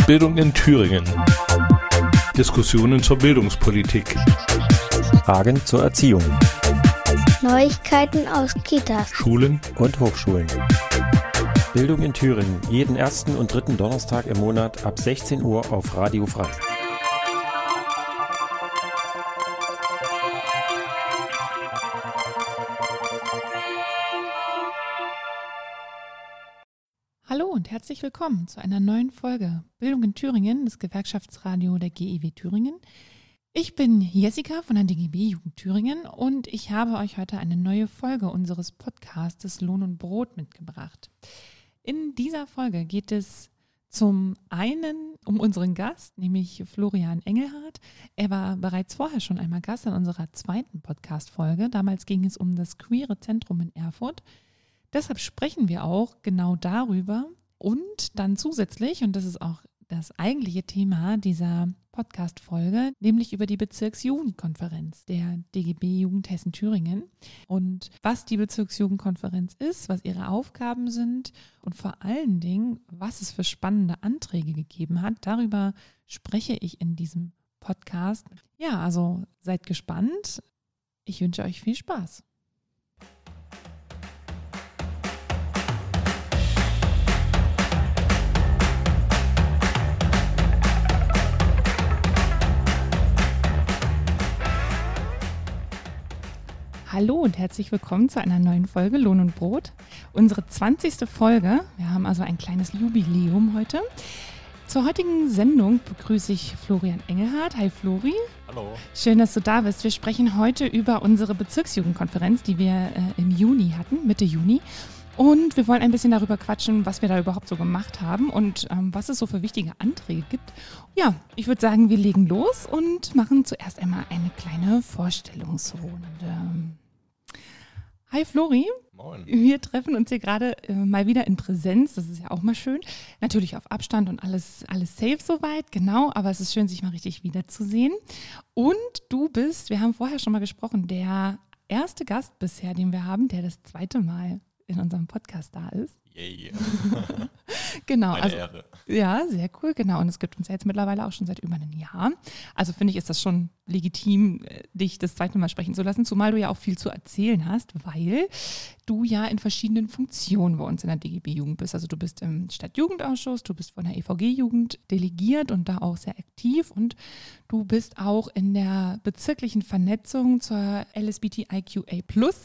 Bildung in Thüringen. Diskussionen zur Bildungspolitik. Fragen zur Erziehung. Neuigkeiten aus Kitas, Schulen und Hochschulen. Bildung in Thüringen, jeden ersten und dritten Donnerstag im Monat ab 16 Uhr auf Radio Frei. Hallo und herzlich willkommen zu einer neuen Folge Bildung in Thüringen, das Gewerkschaftsradio der GEW Thüringen. Ich bin Jessica von der DGB Jugend Thüringen und ich habe euch heute eine neue Folge unseres Podcastes Lohn und Brot mitgebracht. In dieser Folge geht es zum einen um unseren Gast, nämlich Florian Engelhardt. Er war bereits vorher schon einmal Gast in unserer zweiten Podcast-Folge. Damals ging es um das Queere Zentrum in Erfurt. Deshalb sprechen wir auch genau darüber und dann zusätzlich, und das ist auch das eigentliche Thema dieser Podcast-Folge, nämlich über die Bezirksjugendkonferenz der DGB Jugend Hessen-Thüringen und was die Bezirksjugendkonferenz ist, was ihre Aufgaben sind und vor allen Dingen, was es für spannende Anträge gegeben hat. Darüber spreche ich in diesem Podcast. Ja, also seid gespannt. Ich wünsche euch viel Spaß. Hallo und herzlich willkommen zu einer neuen Folge Lohn und Brot. Unsere 20. Folge. Wir haben also ein kleines Jubiläum heute. Zur heutigen Sendung begrüße ich Florian Engelhardt. Hi Flori. Hallo. Schön, dass du da bist. Wir sprechen heute über unsere Bezirksjugendkonferenz, die wir im Juni hatten, Mitte Juni. Und wir wollen ein bisschen darüber quatschen, was wir da überhaupt so gemacht haben und was es so für wichtige Anträge gibt. Ja, ich würde sagen, wir legen los und machen zuerst einmal eine kleine Vorstellungsrunde. Hi Flori. Moin. Wir treffen uns hier gerade mal wieder in Präsenz, das ist ja auch mal schön. Natürlich auf Abstand und alles safe soweit, genau, aber es ist schön, sich mal richtig wiederzusehen. Und du bist, wir haben vorher schon mal gesprochen, der erste Gast bisher, den wir haben, der das zweite Mal in unserem Podcast da ist. Yay. Genau. Eine Ehre. Ja, sehr cool, genau. Und es gibt uns ja jetzt mittlerweile auch schon seit über einem Jahr. Also finde ich, ist das schon legitim, dich das zweite Mal sprechen zu lassen, zumal du ja auch viel zu erzählen hast, weil du ja in verschiedenen Funktionen bei uns in der DGB-Jugend bist. Also du bist im Stadtjugendausschuss, du bist von der EVG-Jugend delegiert und da auch sehr aktiv und du bist auch in der bezirklichen Vernetzung zur LSBTIQA+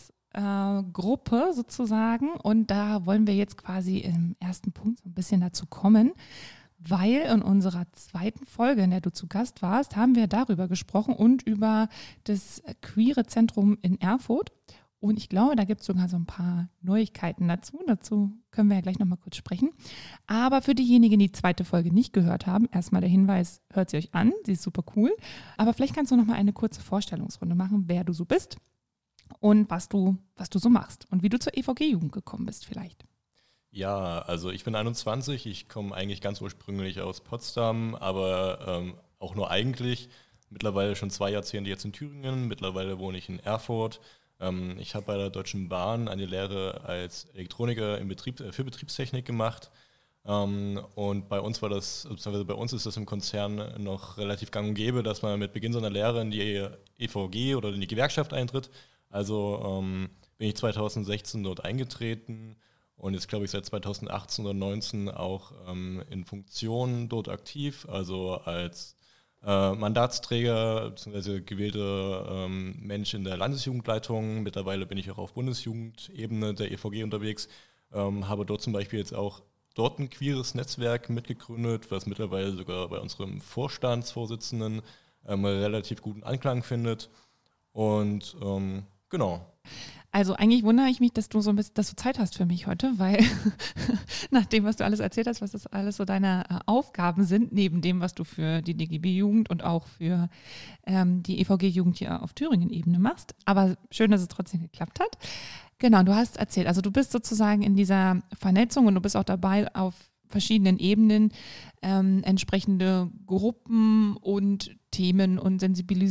Gruppe sozusagen, und da wollen wir jetzt quasi im ersten Punkt so ein bisschen dazu kommen, weil in unserer zweiten Folge, in der du zu Gast warst, haben wir darüber gesprochen und über das Queere Zentrum in Erfurt, und ich glaube, da gibt es sogar so ein paar Neuigkeiten dazu können wir ja gleich nochmal kurz sprechen, aber für diejenigen, die zweite Folge nicht gehört haben, erstmal der Hinweis, hört sie euch an, sie ist super cool, aber vielleicht kannst du nochmal eine kurze Vorstellungsrunde machen, wer du so bist und was du so machst und wie du zur EVG-Jugend gekommen bist vielleicht. Ja, also ich bin 21, ich komme eigentlich ganz ursprünglich aus Potsdam, aber auch nur eigentlich. Mittlerweile schon 2 Jahrzehnte jetzt in Thüringen, mittlerweile wohne ich in Erfurt. Ich habe bei der Deutschen Bahn eine Lehre als Elektroniker für Betriebstechnik gemacht. Und bei uns ist das im Konzern noch relativ gang und gäbe, dass man mit Beginn seiner Lehre in die EVG oder in die Gewerkschaft eintritt. Also bin ich 2016 dort eingetreten und jetzt glaube ich seit 2018 oder 2019 auch in Funktion dort aktiv, also als Mandatsträger bzw. gewählter Mensch in der Landesjugendleitung. Mittlerweile bin ich auch auf Bundesjugendebene der EVG unterwegs, habe dort zum Beispiel jetzt auch dort ein queeres Netzwerk mitgegründet, was mittlerweile sogar bei unserem Vorstandsvorsitzenden relativ guten Anklang findet. Und genau. Also eigentlich wundere ich mich, dass du Zeit hast für mich heute, weil nach dem, was du alles erzählt hast, was das alles so deine Aufgaben sind, neben dem, was du für die DGB-Jugend und auch für die EVG-Jugend hier auf Thüringen-Ebene machst. Aber schön, dass es trotzdem geklappt hat. Genau, du hast erzählt, also du bist sozusagen in dieser Vernetzung und du bist auch dabei, auf verschiedenen Ebenen entsprechende Gruppen und Themen und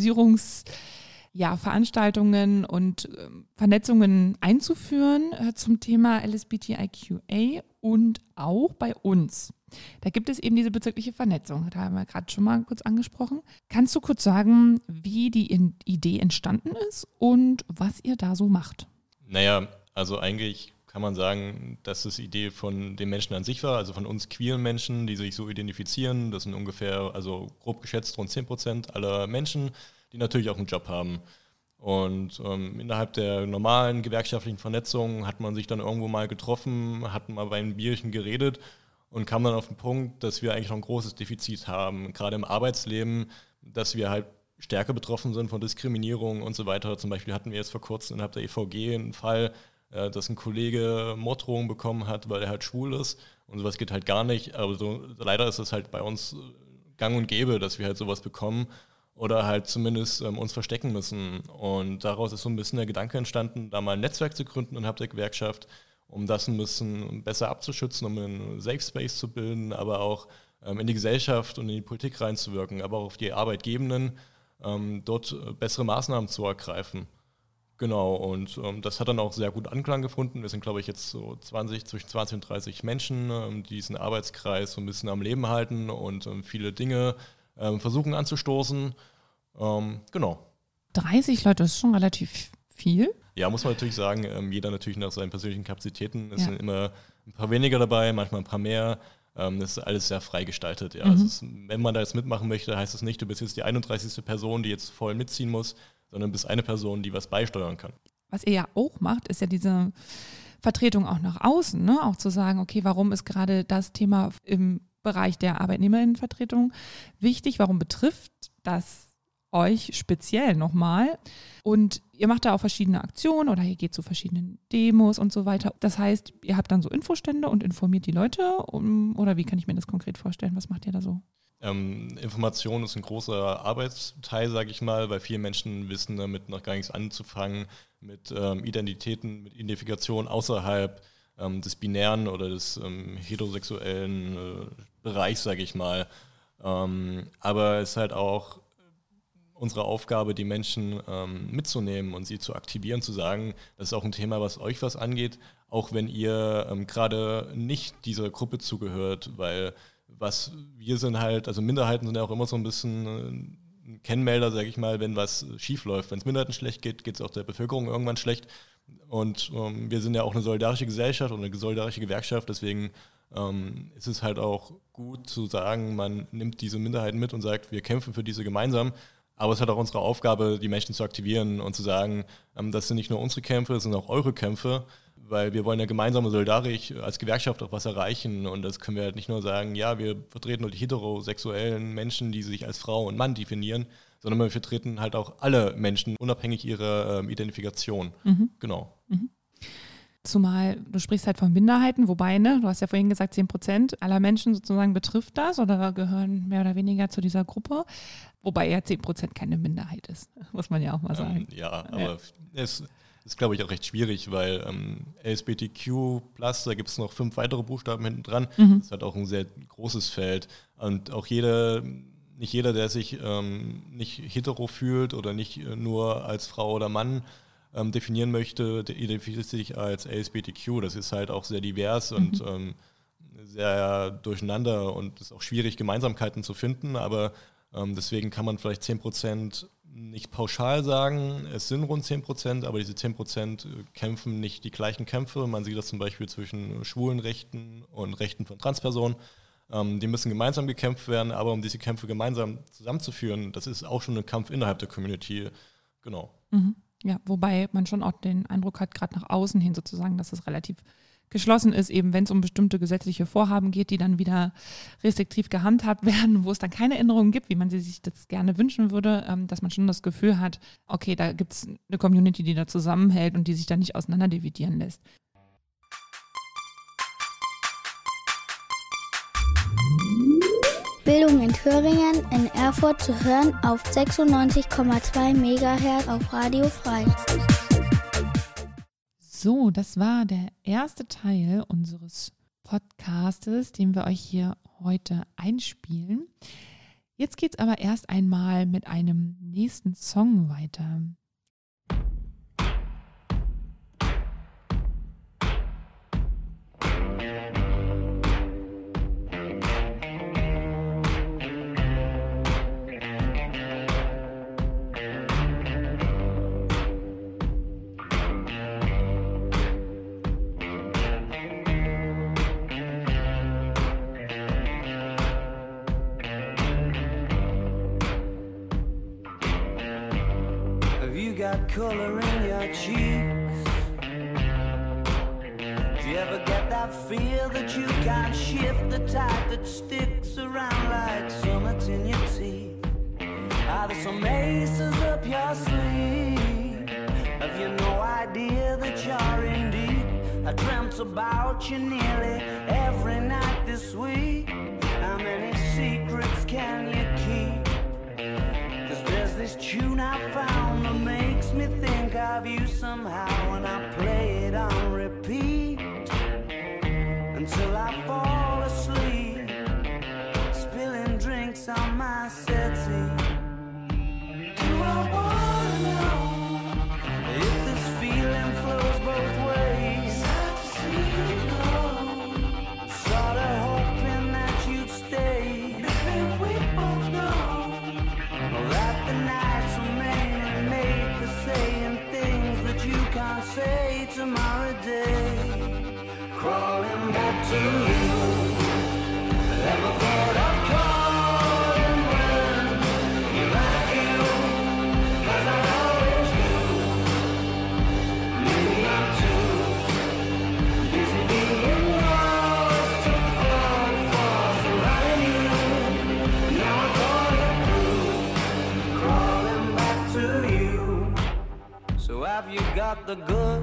Veranstaltungen und Vernetzungen einzuführen zum Thema LSBTIQA und auch bei uns. Da gibt es eben diese bezirkliche Vernetzung, da haben wir gerade schon mal kurz angesprochen. Kannst du kurz sagen, wie die Idee entstanden ist und was ihr da so macht? Naja, also eigentlich kann man sagen, dass das Idee von den Menschen an sich war, also von uns queeren Menschen, die sich so identifizieren. Das sind ungefähr, also grob geschätzt, rund 10% aller Menschen, die natürlich auch einen Job haben. Und innerhalb der normalen gewerkschaftlichen Vernetzung hat man sich dann irgendwo mal getroffen, hat mal bei einem Bierchen geredet und kam dann auf den Punkt, dass wir eigentlich noch ein großes Defizit haben, gerade im Arbeitsleben, dass wir halt stärker betroffen sind von Diskriminierung und so weiter. Zum Beispiel hatten wir jetzt vor kurzem innerhalb der EVG einen Fall, dass ein Kollege Morddrohungen bekommen hat, weil er halt schwul ist und sowas geht halt gar nicht. Aber so, leider ist es halt bei uns gang und gäbe, dass wir halt sowas bekommen oder halt zumindest uns verstecken müssen. Und daraus ist so ein bisschen der Gedanke entstanden, da mal ein Netzwerk zu gründen innerhalb der Gewerkschaft, um das ein bisschen besser abzuschützen, um einen Safe Space zu bilden, aber auch in die Gesellschaft und in die Politik reinzuwirken, aber auch auf die Arbeitgebenden, dort bessere Maßnahmen zu ergreifen. Genau, und das hat dann auch sehr gut Anklang gefunden. Wir sind, glaube ich, jetzt so zwischen 20 und 30 Menschen, die diesen Arbeitskreis so ein bisschen am Leben halten und viele Dinge versuchen anzustoßen. Genau. 30 Leute, das ist schon relativ viel. Ja, muss man natürlich sagen, jeder natürlich nach seinen persönlichen Kapazitäten. Es sind immer ein paar weniger dabei, manchmal ein paar mehr. Das ist alles sehr frei gestaltet. Ja. Also wenn man da jetzt mitmachen möchte, heißt es nicht, du bist jetzt die 31. Person, die jetzt voll mitziehen muss, sondern bist eine Person, die was beisteuern kann. Was ihr ja auch macht, ist ja diese Vertretung auch nach außen, ne? Auch zu sagen, okay, warum ist gerade das Thema im Bereich der Arbeitnehmerinnenvertretung wichtig? Warum betrifft das euch speziell nochmal? Und ihr macht da auch verschiedene Aktionen oder ihr geht zu verschiedenen Demos und so weiter. Das heißt, ihr habt dann so Infostände und informiert die Leute oder wie kann ich mir das konkret vorstellen? Was macht ihr da so? Information ist ein großer Arbeitsteil, sage ich mal, weil viele Menschen wissen damit noch gar nichts anzufangen mit Identitäten, mit Identifikation außerhalb des binären oder des heterosexuellen Bereichs, sage ich mal. Aber es ist halt auch unsere Aufgabe, die Menschen mitzunehmen und sie zu aktivieren, zu sagen, das ist auch ein Thema, was euch was angeht, auch wenn ihr gerade nicht dieser Gruppe zugehört, weil was wir sind halt, also Minderheiten sind ja auch immer so ein bisschen ein Kennmelder, sage ich mal, wenn was schief läuft. Wenn es Minderheiten schlecht geht, geht es auch der Bevölkerung irgendwann schlecht. Und wir sind ja auch eine solidarische Gesellschaft und eine solidarische Gewerkschaft, deswegen ist es halt auch gut zu sagen, man nimmt diese Minderheiten mit und sagt, wir kämpfen für diese gemeinsam. Aber es ist halt auch unsere Aufgabe, die Menschen zu aktivieren und zu sagen, das sind nicht nur unsere Kämpfe, das sind auch eure Kämpfe, weil wir wollen ja gemeinsam und solidarisch als Gewerkschaft auch was erreichen und das können wir halt nicht nur sagen, ja, wir vertreten nur die heterosexuellen Menschen, die sich als Frau und Mann definieren, sondern wir vertreten halt auch alle Menschen, unabhängig ihrer Identifikation. Genau. Zumal du sprichst halt von Minderheiten, wobei, ne, du hast ja vorhin gesagt, 10% aller Menschen sozusagen betrifft das oder gehören mehr oder weniger zu dieser Gruppe, wobei ja 10% keine Minderheit ist, muss man ja auch mal sagen. Aber es ist, glaube ich, auch recht schwierig, weil LGBTQ+, da gibt es noch 5 weitere Buchstaben hinten dran. Das ist halt auch ein sehr großes Feld. Und auch nicht jeder, der sich nicht hetero fühlt oder nicht nur als Frau oder Mann definieren möchte, der identifiziert sich als LGBTQ. Das ist halt auch sehr divers und sehr durcheinander und es ist auch schwierig, Gemeinsamkeiten zu finden, aber deswegen kann man vielleicht 10% nicht pauschal sagen, es sind rund 10%, aber diese 10% kämpfen nicht die gleichen Kämpfe. Man sieht das zum Beispiel zwischen Schwulenrechten und Rechten von Transpersonen. Die müssen gemeinsam gekämpft werden, aber um diese Kämpfe gemeinsam zusammenzuführen, das ist auch schon ein Kampf innerhalb der Community. Genau. Ja, wobei man schon auch den Eindruck hat, gerade nach außen hin sozusagen, dass es relativ geschlossen ist, eben wenn es um bestimmte gesetzliche Vorhaben geht, die dann wieder restriktiv gehandhabt werden, wo es dann keine Änderungen gibt, wie man sie sich das gerne wünschen würde, dass man schon das Gefühl hat, okay, da gibt es eine Community, die da zusammenhält und die sich da nicht auseinanderdividieren lässt. Bildung in Thüringen in Erfurt zu hören auf 96,2 MHz auf Radio Frei. So, das war der erste Teil unseres Podcastes, den wir euch hier heute einspielen. Jetzt geht es aber erst einmal mit einem nächsten Song weiter. color in your cheeks? Do you ever get that feel that you can't shift, the type that sticks around like summits in your teeth? Are there some aces up your sleeve? Have you no idea that you're in deep? I dreamt about you nearly every night this week. How many secrets can you keep? 'Cause there's this tune I found that makes me think of you somehow, and I play it on repeat until I fall asleep, spilling drinks on my settee. Do I wanna know if this feeling flows both ways? Sad to see you go. Sorta hoping that you'd stay. Maybe we both know that the nights were mainly made for saying things that you can't say tomorrow day. Crawling back to you. Never thought of calling when you're at you, 'cause I always do. Maybe I'm too busy being lost to fall for surrounding you. Now I thought it through, crawling back to you. So have you got the goods?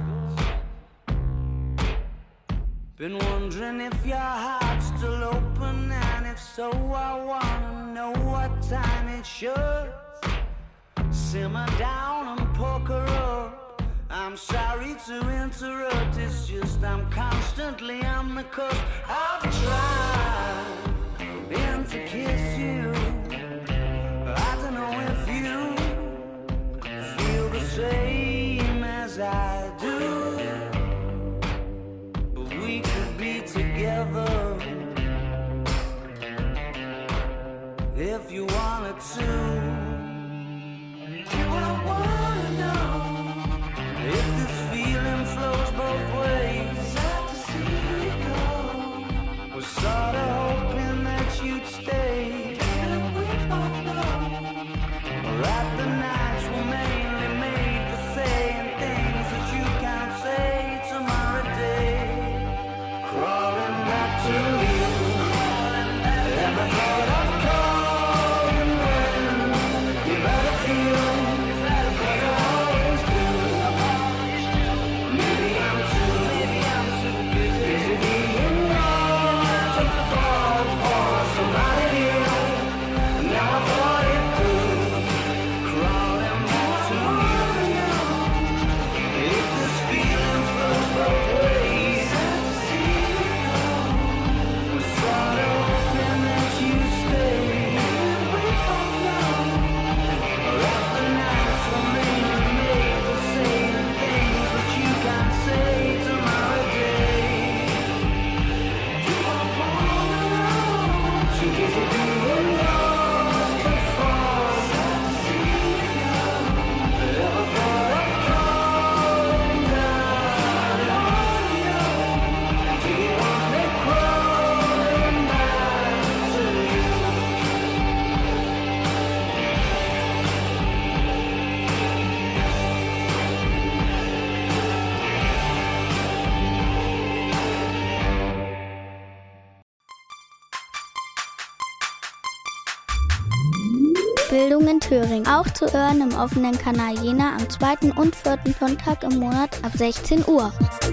Been wondering if your heart's still open, and if so, I wanna know what time it should. Simmer down and poker up. I'm sorry to interrupt, it's just I'm constantly on the cusp. I've tried been to kiss you. I don't know if you feel the same as I do. We could be together if you wanted to. Do I wanna know if this feeling flows both ways? Sad to see you go. Was sorta hoping that you'd stay. And we both know that the nights were mainly made for saying things that you can't say tomorrow day. Crawling back to you. Never thought of calling when you better feel, 'cause I always do. Maybe I'm too busy being lost to fall for somebody new. Now I thought it through, crawling back to you. If this feeling flows both ways, was sorta hoping that you'd stay. We both know that the nights were mainly made for saying things that you can't say tomorrow day. Do I wanna know? Too busy being lost to fall. Sad to see you go. Never thought of calling down. Do you want me crawling back to you? Bildung in Thüringen. Auch zu hören im offenen Kanal Jena am 2. und 4. Sonntag im Monat ab 16 Uhr.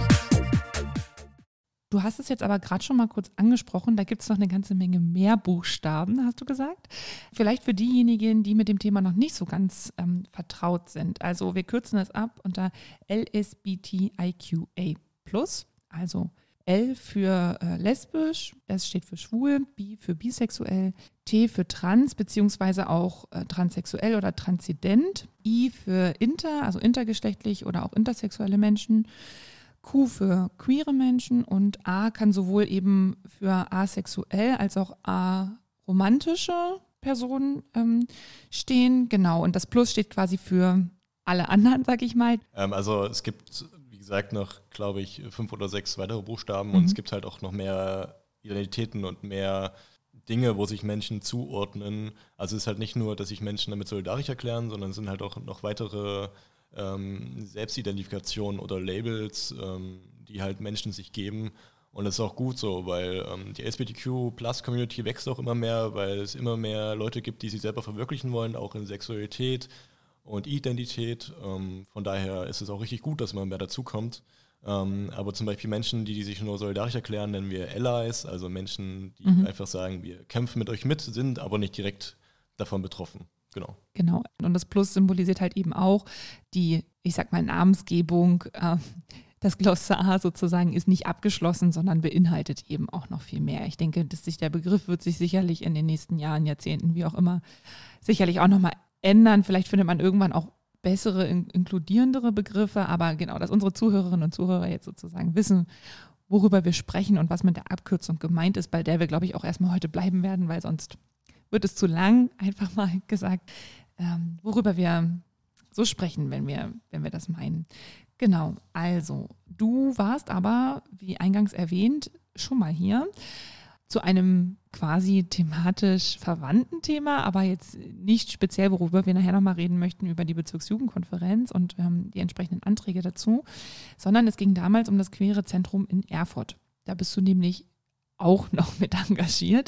Du hast es jetzt aber gerade schon mal kurz angesprochen, da gibt es noch eine ganze Menge mehr Buchstaben, hast du gesagt. Vielleicht für diejenigen, die mit dem Thema noch nicht so ganz vertraut sind. Also wir kürzen das ab unter LSBTIQA+, also L für lesbisch, S steht für schwul, B für bisexuell, T für trans beziehungsweise auch transsexuell oder transident, I für inter, also intergeschlechtlich oder auch intersexuelle Menschen, Q für queere Menschen und A kann sowohl eben für asexuell als auch aromantische Personen stehen. Genau, und das Plus steht quasi für alle anderen, sag ich mal. Also es gibt, wie gesagt, noch, glaube ich, 5 oder 6 weitere Buchstaben und es gibt halt auch noch mehr Identitäten und mehr Dinge, wo sich Menschen zuordnen. Also es ist halt nicht nur, dass sich Menschen damit solidarisch erklären, sondern es sind halt auch noch weitere Selbstidentifikation oder Labels, die halt Menschen sich geben. Und das ist auch gut so, weil die LGBTQ+-Community wächst auch immer mehr, weil es immer mehr Leute gibt, die sich selber verwirklichen wollen, auch in Sexualität und Identität. Von daher ist es auch richtig gut, dass man mehr dazukommt. Aber zum Beispiel Menschen, die sich nur solidarisch erklären, nennen wir Allies, also Menschen, die einfach sagen, wir kämpfen mit euch mit, sind aber nicht direkt davon betroffen. Genau. Und das Plus symbolisiert halt eben auch die, ich sag mal, Namensgebung. Das Glossar sozusagen ist nicht abgeschlossen, sondern beinhaltet eben auch noch viel mehr. Ich denke, der Begriff wird sich sicherlich in den nächsten Jahren, Jahrzehnten, wie auch immer, sicherlich auch nochmal ändern. Vielleicht findet man irgendwann auch bessere, inkludierendere Begriffe, aber genau, dass unsere Zuhörerinnen und Zuhörer jetzt sozusagen wissen, worüber wir sprechen und was mit der Abkürzung gemeint ist, bei der wir, glaube ich, auch erstmal heute bleiben werden, weil sonst wird es zu lang, einfach mal gesagt, worüber wir so sprechen, wenn wir das meinen. Genau, also du warst aber, wie eingangs erwähnt, schon mal hier zu einem quasi thematisch verwandten Thema, aber jetzt nicht speziell, worüber wir nachher nochmal reden möchten, über die Bezirksjugendkonferenz und die entsprechenden Anträge dazu, sondern es ging damals um das Queere Zentrum in Erfurt. Da bist du nämlich auch noch mit engagiert.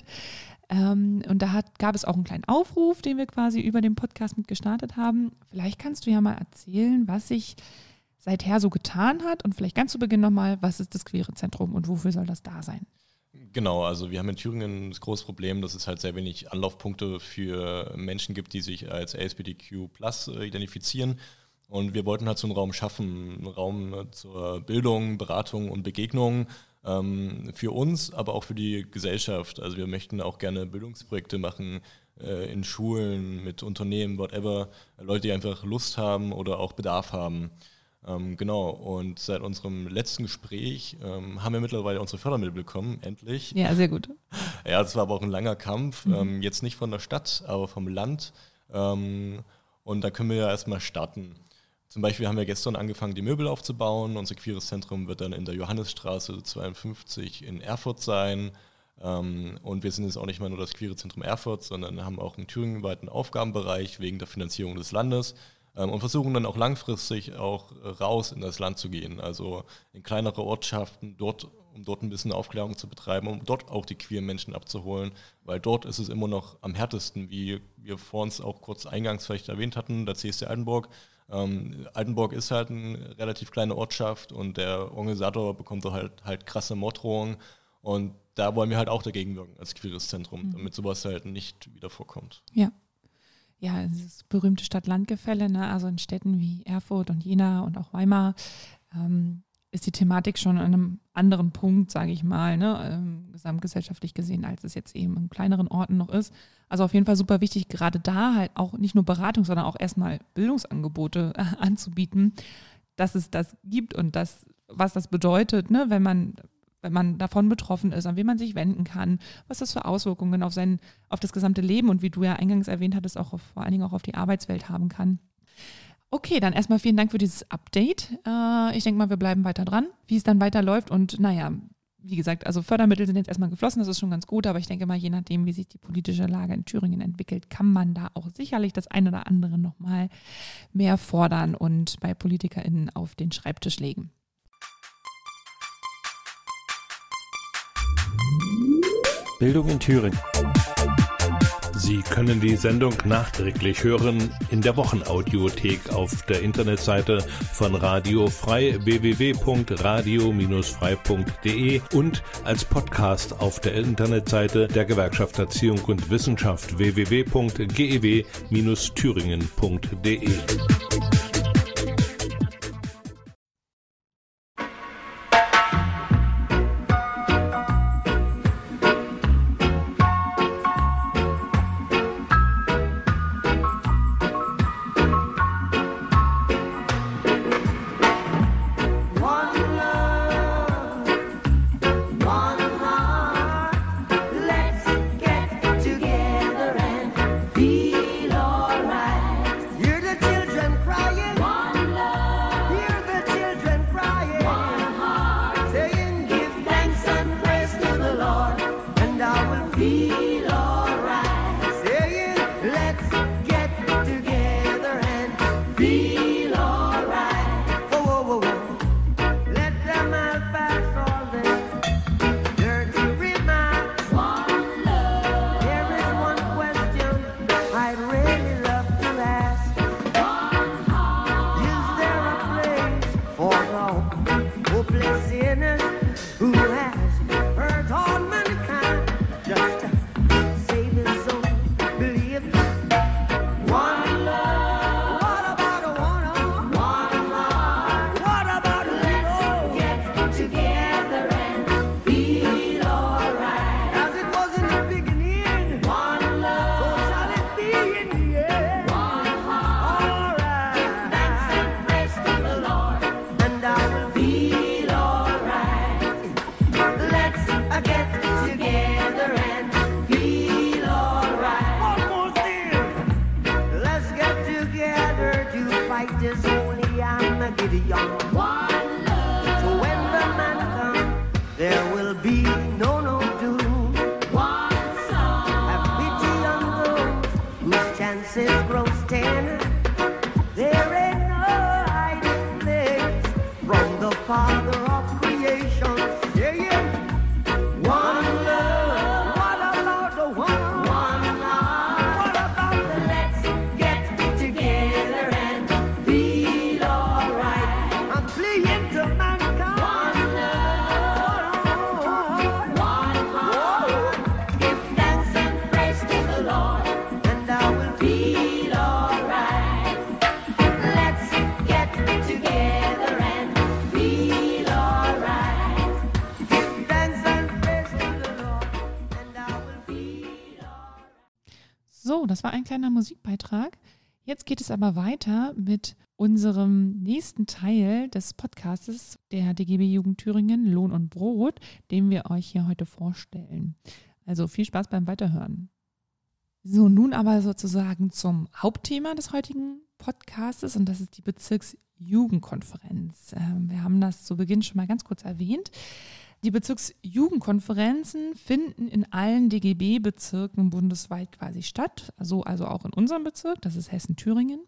Und da gab es auch einen kleinen Aufruf, den wir quasi über den Podcast mit gestartet haben. Vielleicht kannst du ja mal erzählen, was sich seither so getan hat und vielleicht ganz zu Beginn nochmal, was ist das Queere Zentrum und wofür soll das da sein? Genau, also wir haben in Thüringen das große Problem, dass es halt sehr wenig Anlaufpunkte für Menschen gibt, die sich als LGBTQ+ identifizieren. Und wir wollten halt so einen Raum schaffen, einen Raum zur Bildung, Beratung und Begegnung für uns, aber auch für die Gesellschaft. Also wir möchten auch gerne Bildungsprojekte machen in Schulen, mit Unternehmen, whatever, Leute, die einfach Lust haben oder auch Bedarf haben. Genau, und seit unserem letzten Gespräch haben wir mittlerweile unsere Fördermittel bekommen, endlich. Ja, sehr gut. Ja, das war aber auch ein langer Kampf, jetzt nicht von der Stadt, aber vom Land. Und da können wir ja erstmal starten. Zum Beispiel haben wir gestern angefangen, die Möbel aufzubauen. Unser Queeres Zentrum wird dann in der Johannisstraße 52 in Erfurt sein. Und wir sind jetzt auch nicht mal nur das Queere Zentrum Erfurt, sondern haben auch einen thüringenweiten Aufgabenbereich wegen der Finanzierung des Landes. Und versuchen dann auch langfristig auch raus in das Land zu gehen, also in kleinere Ortschaften, um dort ein bisschen Aufklärung zu betreiben, um dort auch die queeren Menschen abzuholen, weil dort ist es immer noch am härtesten, wie wir vor uns auch kurz eingangs vielleicht erwähnt hatten, der CSD Altenburg. Altenburg ist halt eine relativ kleine Ortschaft und der Organisator bekommt auch halt krasse Morddrohungen und da wollen wir halt auch dagegen wirken als Queeres Zentrum, damit sowas halt nicht wieder vorkommt. Ja, das berühmte Stadt-Land-Gefälle, ne? Also in Städten wie Erfurt und Jena und auch Weimar ist die Thematik schon an einem anderen Punkt, sage ich mal, ne? Gesamtgesellschaftlich gesehen, als es jetzt eben in kleineren Orten noch ist. Also auf jeden Fall super wichtig, gerade da halt auch nicht nur Beratung, sondern auch erstmal Bildungsangebote anzubieten, dass es das gibt und was das bedeutet, ne? Wenn man davon betroffen ist, an wen man sich wenden kann, was das für Auswirkungen auf das gesamte Leben und wie du ja eingangs erwähnt hattest, auch vor allen Dingen auch auf die Arbeitswelt haben kann. Okay, dann erstmal vielen Dank für dieses Update. Ich denke mal, wir bleiben weiter dran, wie es dann weiterläuft und naja, wie gesagt, also Fördermittel sind jetzt erstmal geflossen, das ist schon ganz gut, aber ich denke mal, je nachdem, wie sich die politische Lage in Thüringen entwickelt, kann man da auch sicherlich das ein oder andere nochmal mehr fordern und bei PolitikerInnen auf den Schreibtisch legen. Bildung in Thüringen. Sie können die Sendung nachträglich hören in der Wochenaudiothek auf der Internetseite von Radio Frei www.radio-frei.de und als Podcast auf der Internetseite der Gewerkschaft Erziehung und Wissenschaft www.gew-thüringen.de. Children cry. there will be no doom. One song. Have pity on those whose chances grow thin. There ain't no hiding place from the Father of creation. Yeah, yeah. One love. What about the one love? What about the let's get together and feel alright? I'm pleading to mankind. One love. One heart. Give thanks and praise to the Lord, and I will feel alright. Let's get together and feel alright. Give thanks and praise to the Lord, and I will feel alright. So, das war ein kleiner Musikbeitrag. Jetzt geht es aber weiter mit unserem nächsten Teil des Podcastes der DGB Jugend Thüringen Lohn und Brot, den wir euch hier heute vorstellen. Also viel Spaß beim Weiterhören. So, nun aber sozusagen zum Hauptthema des heutigen Podcastes, und das ist die Bezirksjugendkonferenz. Wir haben das zu Beginn schon mal ganz kurz erwähnt. Die Bezirksjugendkonferenzen finden in allen DGB-Bezirken bundesweit quasi statt, also auch in unserem Bezirk, das ist Hessen-Thüringen.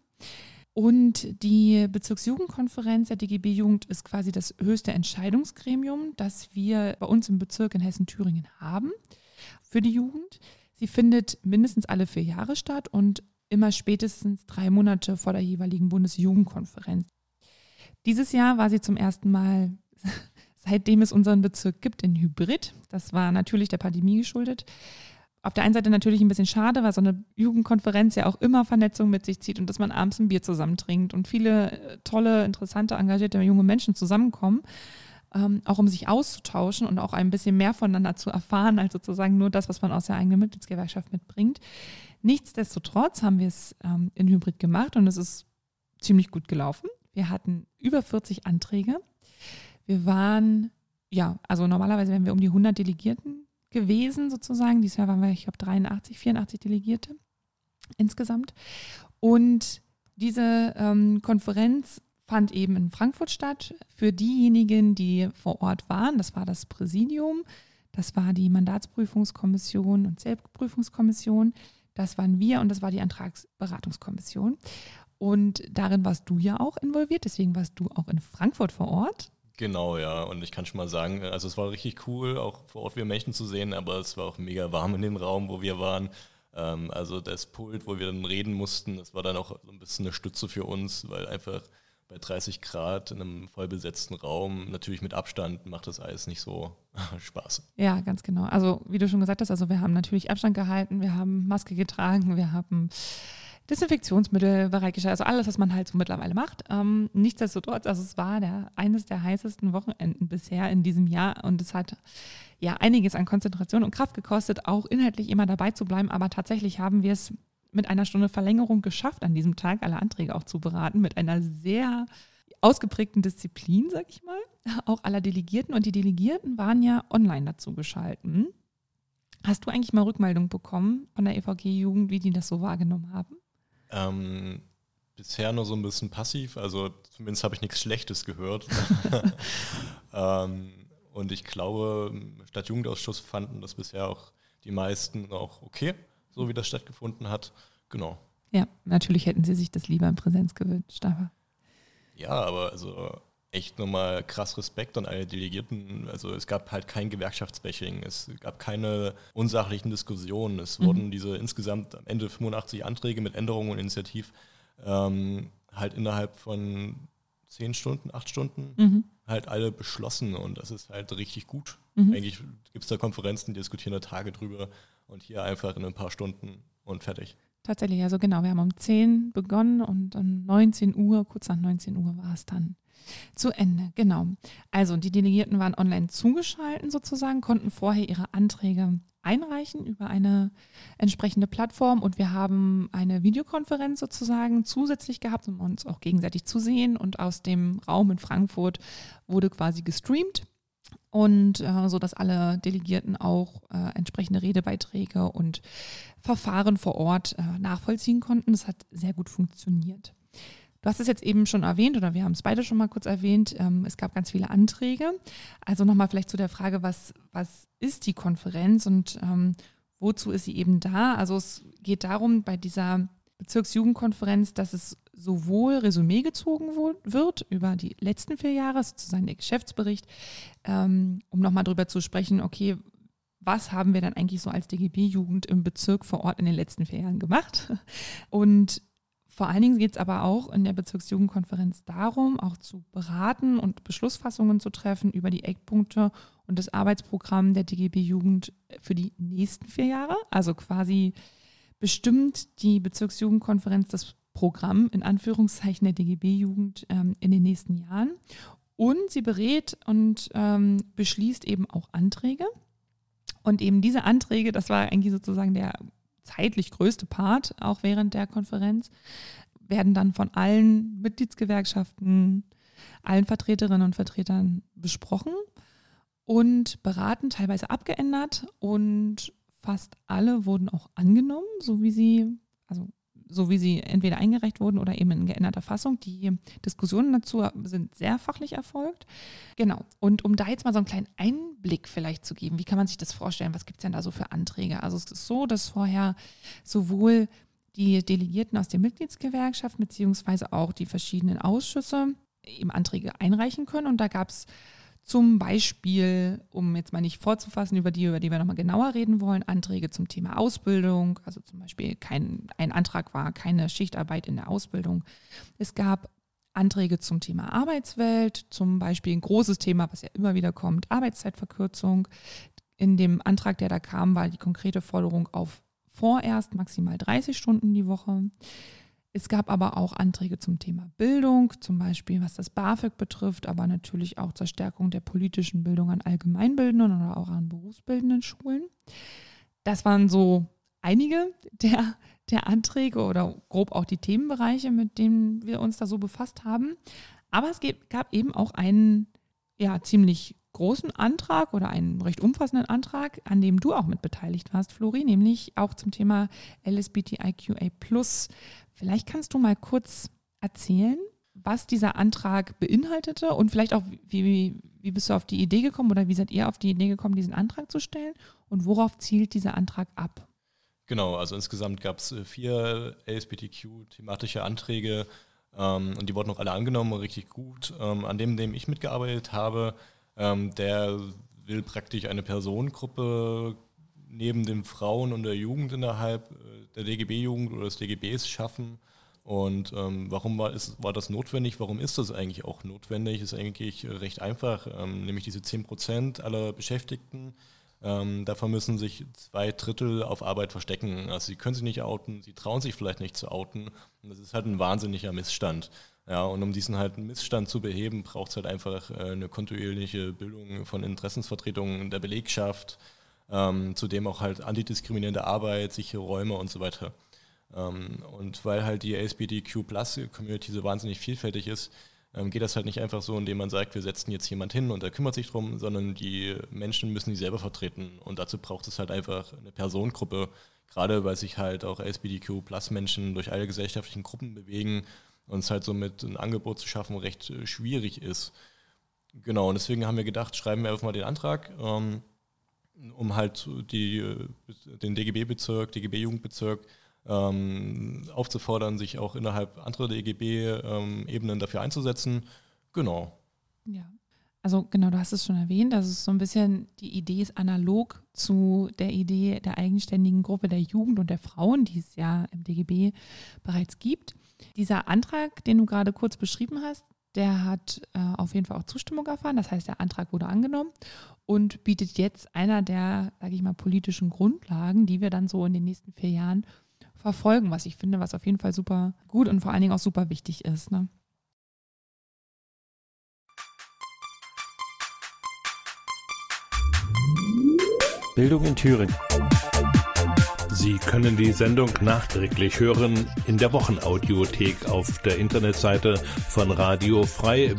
Und die Bezirksjugendkonferenz der DGB-Jugend ist quasi das höchste Entscheidungsgremium, das wir bei uns im Bezirk in Hessen-Thüringen haben für die Jugend. Sie findet mindestens alle 4 Jahre statt und immer spätestens 3 Monate vor der jeweiligen Bundesjugendkonferenz. Dieses Jahr war sie zum ersten Mal, seitdem es unseren Bezirk gibt, in Hybrid. Das war natürlich der Pandemie geschuldet. Auf der einen Seite natürlich ein bisschen schade, weil so eine Jugendkonferenz ja auch immer Vernetzung mit sich zieht und dass man abends ein Bier zusammen trinkt und viele tolle, interessante, engagierte junge Menschen zusammenkommen, auch um sich auszutauschen und auch ein bisschen mehr voneinander zu erfahren, als sozusagen nur das, was man aus der eigenen Mitgliedsgewerkschaft mitbringt. Nichtsdestotrotz haben wir es in Hybrid gemacht und es ist ziemlich gut gelaufen. Wir hatten über 40 Anträge. Wir waren, also normalerweise wären wir um die 100 Delegierten gewesen sozusagen. Dieses Jahr waren wir, ich glaube, 84 Delegierte insgesamt. Und diese Konferenz fand eben in Frankfurt statt. Für diejenigen, die vor Ort waren, das war das Präsidium, das war die Mandatsprüfungskommission und Selbstprüfungskommission, das waren wir und das war die Antragsberatungskommission. Und darin warst du ja auch involviert, deswegen warst du auch in Frankfurt vor Ort. Genau, ja. Und ich kann schon mal sagen, also es war richtig cool, auch vor Ort wieder Menschen zu sehen, aber es war auch mega warm in dem Raum, wo wir waren. Also das Pult, wo wir dann reden mussten, das war dann auch so ein bisschen eine Stütze für uns, weil einfach bei 30 Grad in einem vollbesetzten Raum, natürlich mit Abstand, macht das alles nicht so Spaß. Ja, ganz genau. Also wie du schon gesagt hast, also wir haben natürlich Abstand gehalten, wir haben Maske getragen, wir haben Desinfektionsmittel bereitgestellt, also alles, was man halt so mittlerweile macht. Nichtsdestotrotz, also es war eines der heißesten Wochenenden bisher in diesem Jahr und es hat ja einiges an Konzentration und Kraft gekostet, auch inhaltlich immer dabei zu bleiben, aber tatsächlich haben wir es mit einer Stunde Verlängerung geschafft, an diesem Tag alle Anträge auch zu beraten, mit einer sehr ausgeprägten Disziplin, sag ich mal, auch aller Delegierten. Und die Delegierten waren ja online dazu geschalten. Hast du eigentlich mal Rückmeldung bekommen von der EVG-Jugend, wie die das so wahrgenommen haben? Bisher nur so ein bisschen passiv, also zumindest habe ich nichts Schlechtes gehört. Und ich glaube, im Stadtjugendausschuss fanden das bisher auch die meisten auch okay, so wie das stattgefunden hat. Genau. Ja, natürlich hätten sie sich das lieber in Präsenz gewünscht, aber. Ja, aber also echt nochmal krass Respekt an alle Delegierten. Also es gab halt kein Gewerkschaftsbashing, es gab keine unsachlichen Diskussionen. Es wurden diese insgesamt am Ende 85 Anträge mit Änderungen und Initiativ halt innerhalb von 10 Stunden, 8 Stunden halt alle beschlossen und das ist halt richtig gut. Eigentlich gibt es da Konferenzen, die diskutieren da Tage drüber und hier einfach in ein paar Stunden und fertig. Tatsächlich, also genau, wir haben um 10 begonnen und um 19 Uhr, kurz nach 19 Uhr war es dann zu Ende, genau. Also die Delegierten waren online zugeschaltet sozusagen, konnten vorher ihre Anträge einreichen über eine entsprechende Plattform und wir haben eine Videokonferenz sozusagen zusätzlich gehabt, um uns auch gegenseitig zu sehen und aus dem Raum in Frankfurt wurde quasi gestreamt und so, dass alle Delegierten auch entsprechende Redebeiträge und Verfahren vor Ort nachvollziehen konnten. Das hat sehr gut funktioniert. Du hast es jetzt eben schon erwähnt oder wir haben es beide schon mal kurz erwähnt. Es gab ganz viele Anträge. Also nochmal vielleicht zu der Frage, was ist die Konferenz und wozu ist sie eben da? Also es geht darum, bei dieser Bezirksjugendkonferenz, dass es sowohl Resümee gezogen wird über die letzten 4 Jahre, sozusagen der Geschäftsbericht, um nochmal drüber zu sprechen, okay, was haben wir dann eigentlich so als DGB-Jugend im Bezirk vor Ort in den letzten 4 Jahren gemacht? Und vor allen Dingen geht es aber auch in der Bezirksjugendkonferenz darum, auch zu beraten und Beschlussfassungen zu treffen über die Eckpunkte und das Arbeitsprogramm der DGB-Jugend für die nächsten 4 Jahre. Also quasi bestimmt die Bezirksjugendkonferenz das Programm in Anführungszeichen der DGB-Jugend in den nächsten Jahren. Und sie berät und beschließt eben auch Anträge. Und eben diese Anträge, das war eigentlich sozusagen der zeitlich größte Part, auch während der Konferenz, werden dann von allen Mitgliedsgewerkschaften, allen Vertreterinnen und Vertretern besprochen und beraten, teilweise abgeändert und fast alle wurden auch angenommen, so wie sie entweder eingereicht wurden oder eben in geänderter Fassung. Die Diskussionen dazu sind sehr fachlich erfolgt. Genau. Und um da jetzt mal so einen kleinen Einblick vielleicht zu geben, wie kann man sich das vorstellen? Was gibt es denn da so für Anträge? Also es ist so, dass vorher sowohl die Delegierten aus der Mitgliedsgewerkschaft beziehungsweise auch die verschiedenen Ausschüsse eben Anträge einreichen können. Und da gab es zum Beispiel, um jetzt mal nicht vorzufassen, über die wir nochmal genauer reden wollen, Anträge zum Thema Ausbildung. Also zum Beispiel ein Antrag war keine Schichtarbeit in der Ausbildung. Es gab Anträge zum Thema Arbeitswelt, zum Beispiel ein großes Thema, was ja immer wieder kommt, Arbeitszeitverkürzung. In dem Antrag, der da kam, war die konkrete Forderung auf vorerst maximal 30 Stunden die Woche. Es gab aber auch Anträge zum Thema Bildung, zum Beispiel was das BAföG betrifft, aber natürlich auch zur Stärkung der politischen Bildung an allgemeinbildenden oder auch an berufsbildenden Schulen. Das waren so einige der Anträge oder grob auch die Themenbereiche, mit denen wir uns da so befasst haben. Aber es gab eben auch einen ziemlich großen Antrag oder einen recht umfassenden Antrag, an dem du auch mit beteiligt warst, Flori, nämlich auch zum Thema LSBTIQA+. Vielleicht kannst du mal kurz erzählen, was dieser Antrag beinhaltete und vielleicht auch, wie bist du auf die Idee gekommen oder wie seid ihr auf die Idee gekommen, diesen Antrag zu stellen und worauf zielt dieser Antrag ab? Genau, also insgesamt gab es 4 LSBTQ-thematische Anträge und die wurden auch alle angenommen, richtig gut. An dem ich mitgearbeitet habe, der will praktisch eine Personengruppe neben den Frauen und der Jugend innerhalb der DGB-Jugend oder des DGBs schaffen. Und warum war das notwendig? Warum ist das eigentlich auch notwendig? Ist eigentlich recht einfach, nämlich diese 10% aller Beschäftigten. Davon müssen sich 2/3 auf Arbeit verstecken. Also sie können sich nicht outen, sie trauen sich vielleicht nicht zu outen. Und das ist halt ein wahnsinniger Missstand. Ja, und um diesen halt Missstand zu beheben, braucht es halt einfach eine kontinuierliche Bildung von Interessensvertretungen der Belegschaft, zudem auch halt antidiskriminierende Arbeit, sichere Räume und so weiter. Und weil halt die LSBTQ+-Community so wahnsinnig vielfältig ist, geht das halt nicht einfach so, indem man sagt, wir setzen jetzt jemand hin und der kümmert sich drum, sondern die Menschen müssen die selber vertreten. Und dazu braucht es halt einfach eine Personengruppe, gerade weil sich halt auch LSBTQ+-Menschen durch alle gesellschaftlichen Gruppen bewegen und es halt somit ein Angebot zu schaffen recht schwierig ist. Genau, und deswegen haben wir gedacht, schreiben wir einfach mal den Antrag, um halt den DGB-Bezirk, DGB-Jugendbezirk aufzufordern, sich auch innerhalb anderer DGB-Ebenen dafür einzusetzen. Genau. Ja, also genau, du hast es schon erwähnt, also so ein bisschen die Idee ist analog zu der Idee der eigenständigen Gruppe der Jugend und der Frauen, die es ja im DGB bereits gibt. Dieser Antrag, den du gerade kurz beschrieben hast, der hat auf jeden Fall auch Zustimmung erfahren. Das heißt, der Antrag wurde angenommen und bietet jetzt einer der, sage ich mal, politischen Grundlagen, die wir dann so in den nächsten 4 Jahren verfolgen, was ich finde, was auf jeden Fall super gut und vor allen Dingen auch super wichtig ist. Ne? Bildung in Thüringen. Sie können die Sendung nachträglich hören in der Wochenaudiothek auf der Internetseite von Radio Frei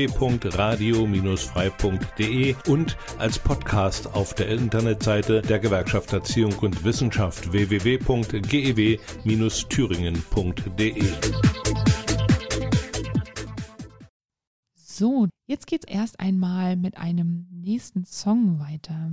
www.radio-frei.de und als Podcast auf der Internetseite der Gewerkschaft Erziehung und Wissenschaft www.gew-thüringen.de. So, jetzt geht's erst einmal mit einem nächsten Song weiter.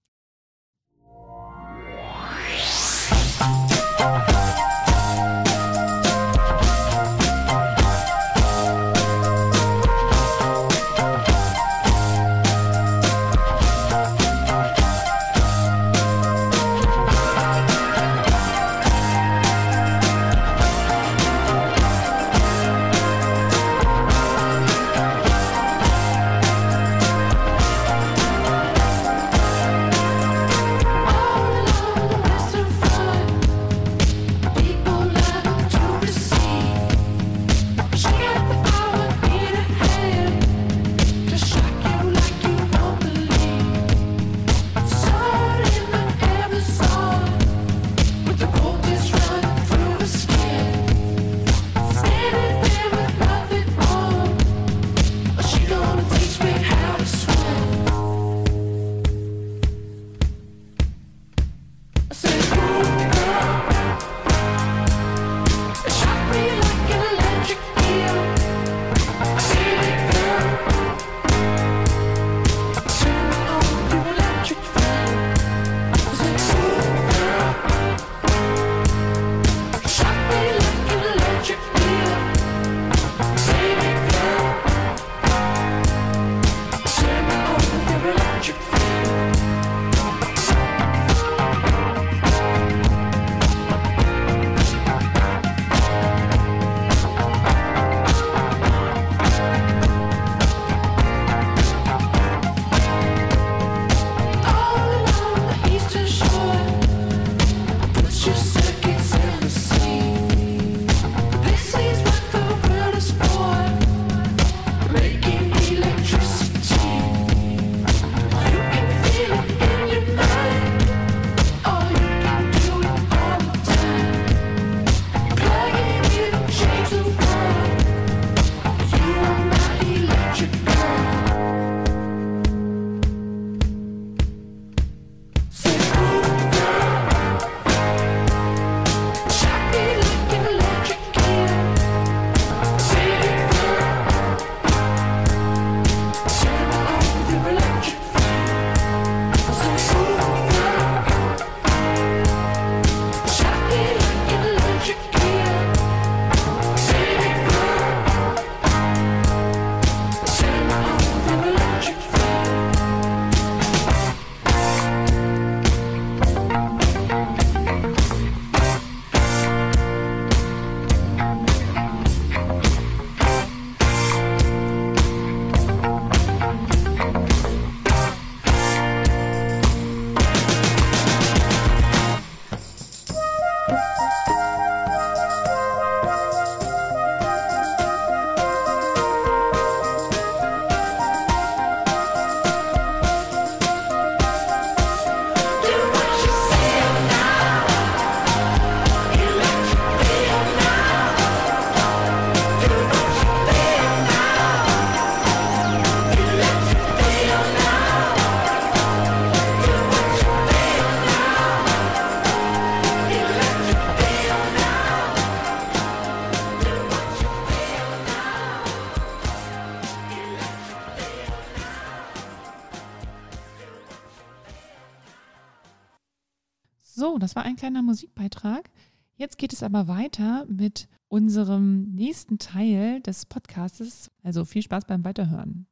So, das war ein kleiner Musikbeitrag. Jetzt geht es aber weiter mit unserem nächsten Teil des Podcastes. Also viel Spaß beim Weiterhören.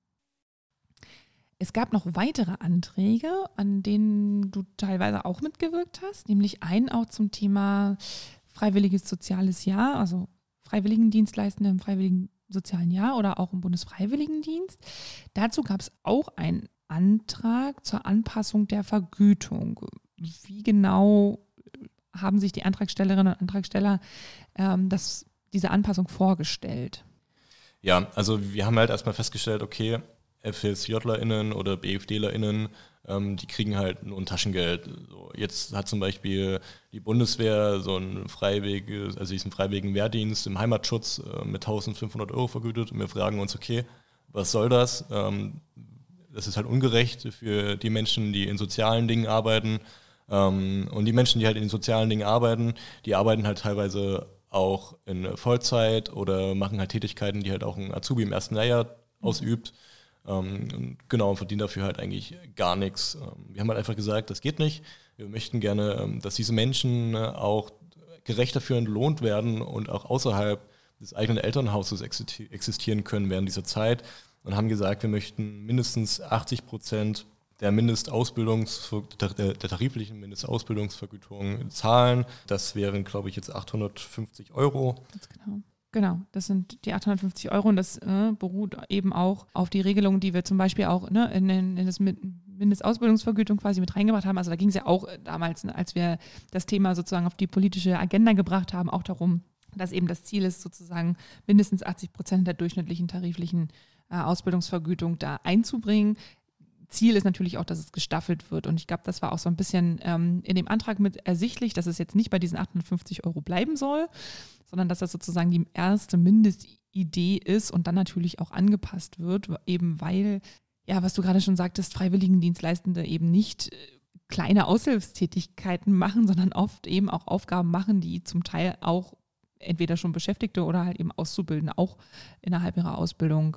Es gab noch weitere Anträge, an denen du teilweise auch mitgewirkt hast, nämlich einen auch zum Thema freiwilliges soziales Jahr, also Freiwilligendienstleistende im freiwilligen sozialen Jahr oder auch im Bundesfreiwilligendienst. Dazu gab es auch einen Antrag zur Anpassung der Vergütung. Wie genau haben sich die Antragstellerinnen und Antragsteller diese Anpassung vorgestellt? Ja, also wir haben halt erstmal festgestellt, okay, FSJlerInnen oder BFDlerInnen, die kriegen halt nur ein Taschengeld. So, jetzt hat zum Beispiel die Bundeswehr so einen diesen freiwilligen Wehrdienst im Heimatschutz mit 1.500 € vergütet und wir fragen uns, okay, was soll das? Das ist halt ungerecht für die Menschen, die in sozialen Dingen arbeiten. Und die Menschen, die halt in den sozialen Dingen arbeiten, die arbeiten halt teilweise auch in Vollzeit oder machen halt Tätigkeiten, die halt auch ein Azubi im ersten Lehrjahr ausübt. Genau, und verdient dafür halt eigentlich gar nichts. Wir haben halt einfach gesagt, das geht nicht. Wir möchten gerne, dass diese Menschen auch gerecht dafür entlohnt werden und auch außerhalb des eigenen Elternhauses existieren können während dieser Zeit. Und haben gesagt, wir möchten mindestens 80% der tariflichen Mindestausbildungsvergütung zahlen. Das wären, glaube ich, jetzt 850 €. Ganz genau. Genau, das sind die 850 € und das beruht eben auch auf die Regelung, die wir zum Beispiel auch in das Mindestausbildungsvergütung quasi mit reingebracht haben. Also da ging es ja auch damals, als wir das Thema sozusagen auf die politische Agenda gebracht haben, auch darum, dass eben das Ziel ist, sozusagen mindestens 80% der durchschnittlichen tariflichen Ausbildungsvergütung da einzubringen. Ziel ist natürlich auch, dass es gestaffelt wird. Und ich glaube, das war auch so ein bisschen in dem Antrag mit ersichtlich, dass es jetzt nicht bei diesen 850 € bleiben soll, sondern dass das sozusagen die erste Mindestidee ist und dann natürlich auch angepasst wird, eben weil, ja, was du gerade schon sagtest, Freiwilligendienstleistende eben nicht kleine Aushilfstätigkeiten machen, sondern oft eben auch Aufgaben machen, die zum Teil auch entweder schon Beschäftigte oder halt eben Auszubildende auch innerhalb ihrer Ausbildung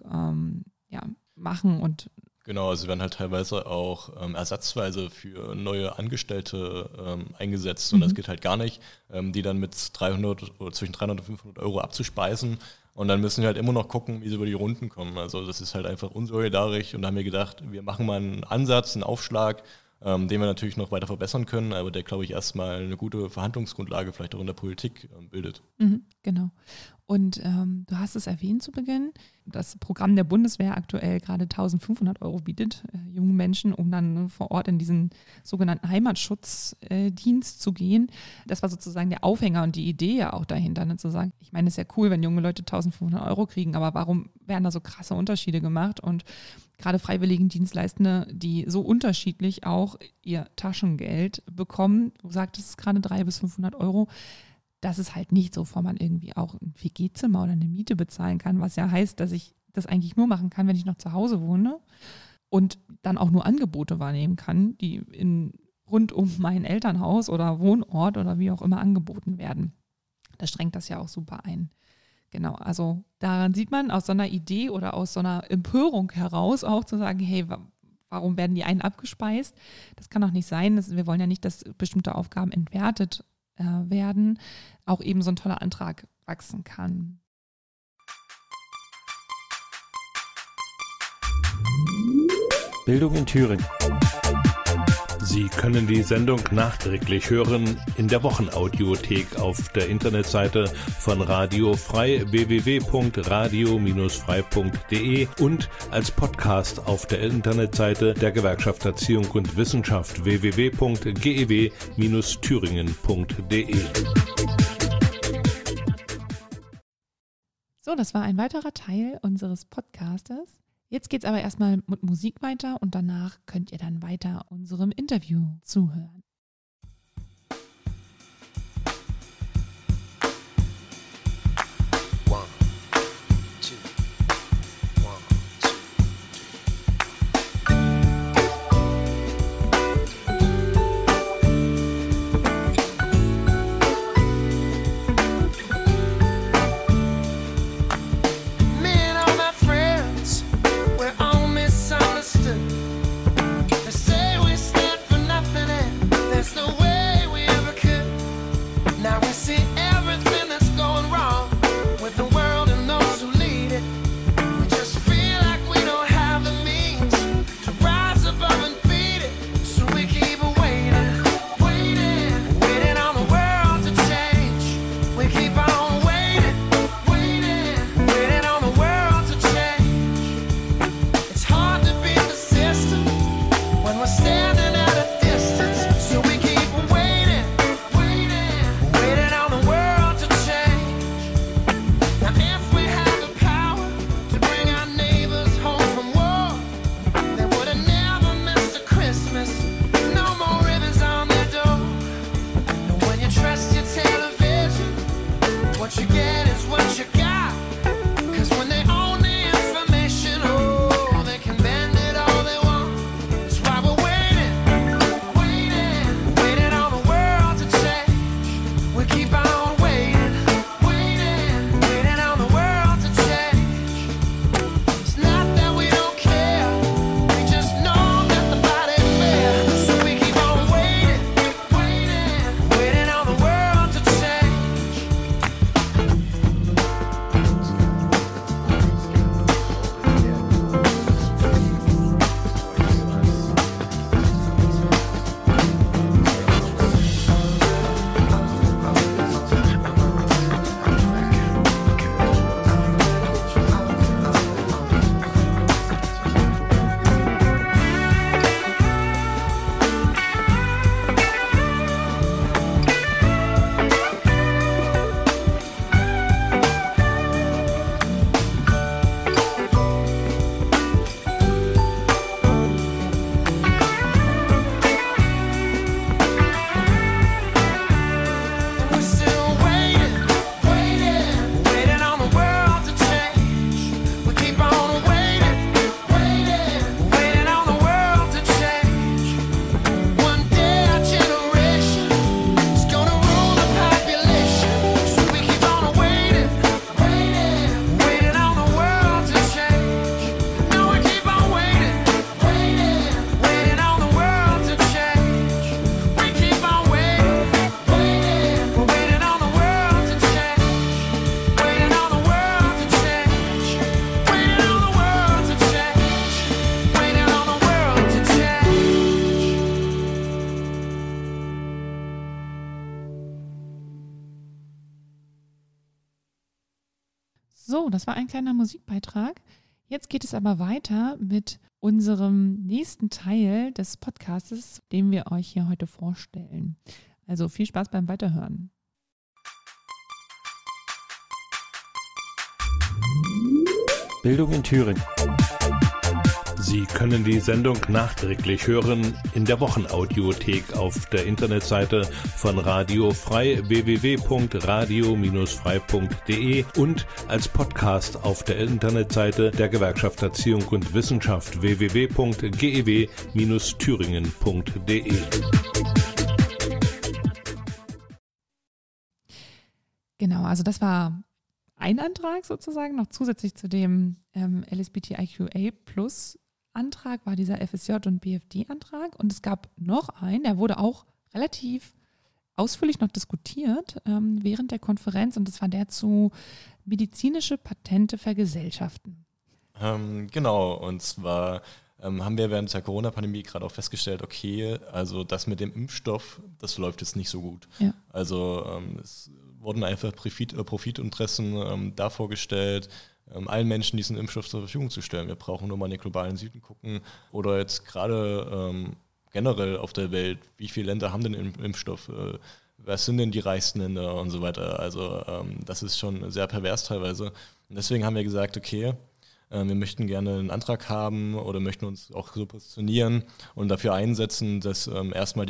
machen und genau, also werden halt teilweise auch ersatzweise für neue Angestellte eingesetzt und das geht halt gar nicht, die dann mit 300 oder zwischen 300 und 500 € abzuspeisen und dann müssen wir halt immer noch gucken, wie sie über die Runden kommen. Also das ist halt einfach unsolidarisch und da haben wir gedacht, wir machen mal einen Ansatz, einen Aufschlag, den wir natürlich noch weiter verbessern können, aber der, glaube ich, erstmal eine gute Verhandlungsgrundlage vielleicht auch in der Politik bildet. Genau. Und du hast es erwähnt zu Beginn, das Programm der Bundeswehr aktuell gerade 1.500 € bietet, jungen Menschen, um dann vor Ort in diesen sogenannten Heimatschutzdienst zu gehen. Das war sozusagen der Aufhänger und die Idee ja auch dahinter, ne, zu sagen, ich meine, es ist ja cool, wenn junge Leute 1.500 € kriegen, aber warum werden da so krasse Unterschiede gemacht? Und gerade Freiwilligendienstleistende, die so unterschiedlich auch ihr Taschengeld bekommen, du sagtest es gerade 300 bis 500 €, das ist halt nicht so, bevor man irgendwie auch ein WG-Zimmer oder eine Miete bezahlen kann, was ja heißt, dass ich das eigentlich nur machen kann, wenn ich noch zu Hause wohne und dann auch nur Angebote wahrnehmen kann, die rund um mein Elternhaus oder Wohnort oder wie auch immer angeboten werden. Das schränkt das ja auch super ein. Genau, also daran sieht man aus so einer Idee oder aus so einer Empörung heraus auch zu sagen, hey, warum werden die einen abgespeist? Das kann doch nicht sein. Wir wollen ja nicht, dass bestimmte Aufgaben entwertet werden, auch eben so ein toller Antrag wachsen kann. Bildung in Thüringen. Sie können die Sendung nachträglich hören in der Wochenaudiothek auf der Internetseite von Radio Frei www.radio-frei.de und als Podcast auf der Internetseite der Gewerkschaft Erziehung und Wissenschaft www.gew-thüringen.de. So, das war ein weiterer Teil unseres Podcastes. Jetzt geht es aber erstmal mit Musik weiter und danach könnt ihr dann weiter unserem Interview zuhören. They say we stand for nothing and So, das war ein kleiner Musikbeitrag. Jetzt geht es aber weiter mit unserem nächsten Teil des Podcastes, den wir euch hier heute vorstellen. Also viel Spaß beim Weiterhören. Bildung in Thüringen. Sie können die Sendung nachträglich hören in der Wochenaudiothek auf der Internetseite von Radio Frei www.radio-frei.de und als Podcast auf der Internetseite der Gewerkschaft Erziehung und Wissenschaft www.gew-thüringen.de. Genau, also das war ein Antrag sozusagen, noch zusätzlich zu dem LSBTIQA+-Antrag war dieser FSJ- und BFD-Antrag. Und es gab noch einen, der wurde auch relativ ausführlich noch diskutiert während der Konferenz. Und das war der zu medizinische Patente vergesellschaften. Genau, und zwar haben wir während der Corona-Pandemie gerade auch festgestellt, okay, also das mit dem Impfstoff, das läuft jetzt nicht so gut. Ja. Also es wurden einfach Profitinteressen da vorgestellt, allen Menschen diesen Impfstoff zur Verfügung zu stellen. Wir brauchen nur mal in den globalen Süden gucken oder jetzt gerade generell auf der Welt, wie viele Länder haben denn Impfstoff, was sind denn die reichsten Länder und so weiter. Also das ist schon sehr pervers teilweise. Und deswegen haben wir gesagt, okay, wir möchten gerne einen Antrag haben oder möchten uns auch so positionieren und dafür einsetzen, dass erstmal die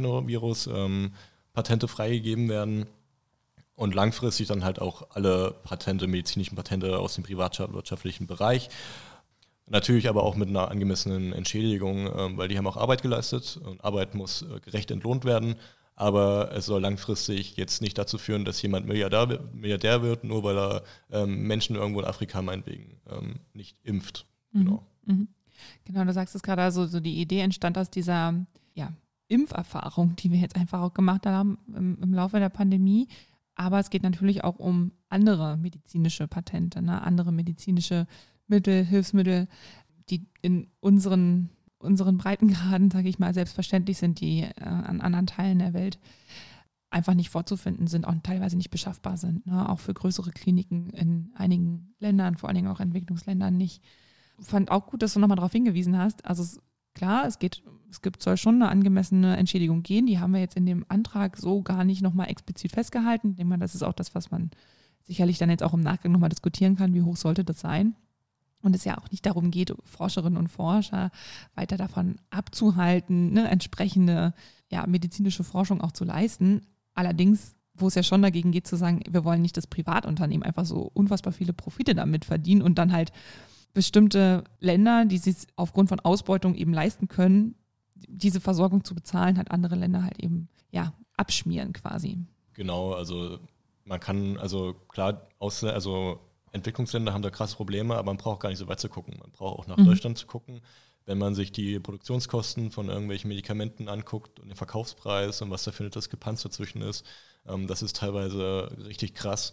Coronavirus-Patente freigegeben werden und langfristig dann halt auch alle Patente, medizinischen Patente aus dem privatwirtschaftlichen Bereich. Natürlich aber auch mit einer angemessenen Entschädigung, weil die haben auch Arbeit geleistet und Arbeit muss gerecht entlohnt werden. Aber es soll langfristig jetzt nicht dazu führen, dass jemand Milliardär wird, nur weil er Menschen irgendwo in Afrika meinetwegen nicht impft. Genau. Genau, du sagst es gerade, also so die Idee entstand aus dieser Impferfahrung, die wir jetzt einfach auch gemacht haben im Laufe der Pandemie. Aber es geht natürlich auch um andere medizinische Patente, ne? Andere medizinische Mittel, Hilfsmittel, die in unseren Breitengraden, sage ich mal, selbstverständlich sind, die an anderen Teilen der Welt einfach nicht vorzufinden sind, auch teilweise nicht beschaffbar sind, ne? Auch für größere Kliniken in einigen Ländern, vor allen Dingen auch Entwicklungsländern nicht. Fand auch gut, dass du nochmal darauf hingewiesen hast. Also klar, soll schon eine angemessene Entschädigung gehen. Die haben wir jetzt in dem Antrag so gar nicht nochmal explizit festgehalten. Ich denke mal, das ist auch das, was man sicherlich dann jetzt auch im Nachgang nochmal diskutieren kann, wie hoch sollte das sein. Und es ja auch nicht darum geht, Forscherinnen und Forscher weiter davon abzuhalten, ne, entsprechende medizinische Forschung auch zu leisten. Allerdings, wo es ja schon dagegen geht, zu sagen, wir wollen nicht das Privatunternehmen einfach so unfassbar viele Profite damit verdienen und dann halt bestimmte Länder, die es aufgrund von Ausbeutung eben leisten können, diese Versorgung zu bezahlen, halt andere Länder halt eben abschmieren quasi. Genau, also man kann, also klar, Entwicklungsländer haben da krasse Probleme, aber man braucht gar nicht so weit zu gucken. Man braucht auch nach Deutschland zu gucken. Wenn man sich die Produktionskosten von irgendwelchen Medikamenten anguckt und den Verkaufspreis und was da für eine Diskrepanz dazwischen ist, das ist teilweise richtig krass.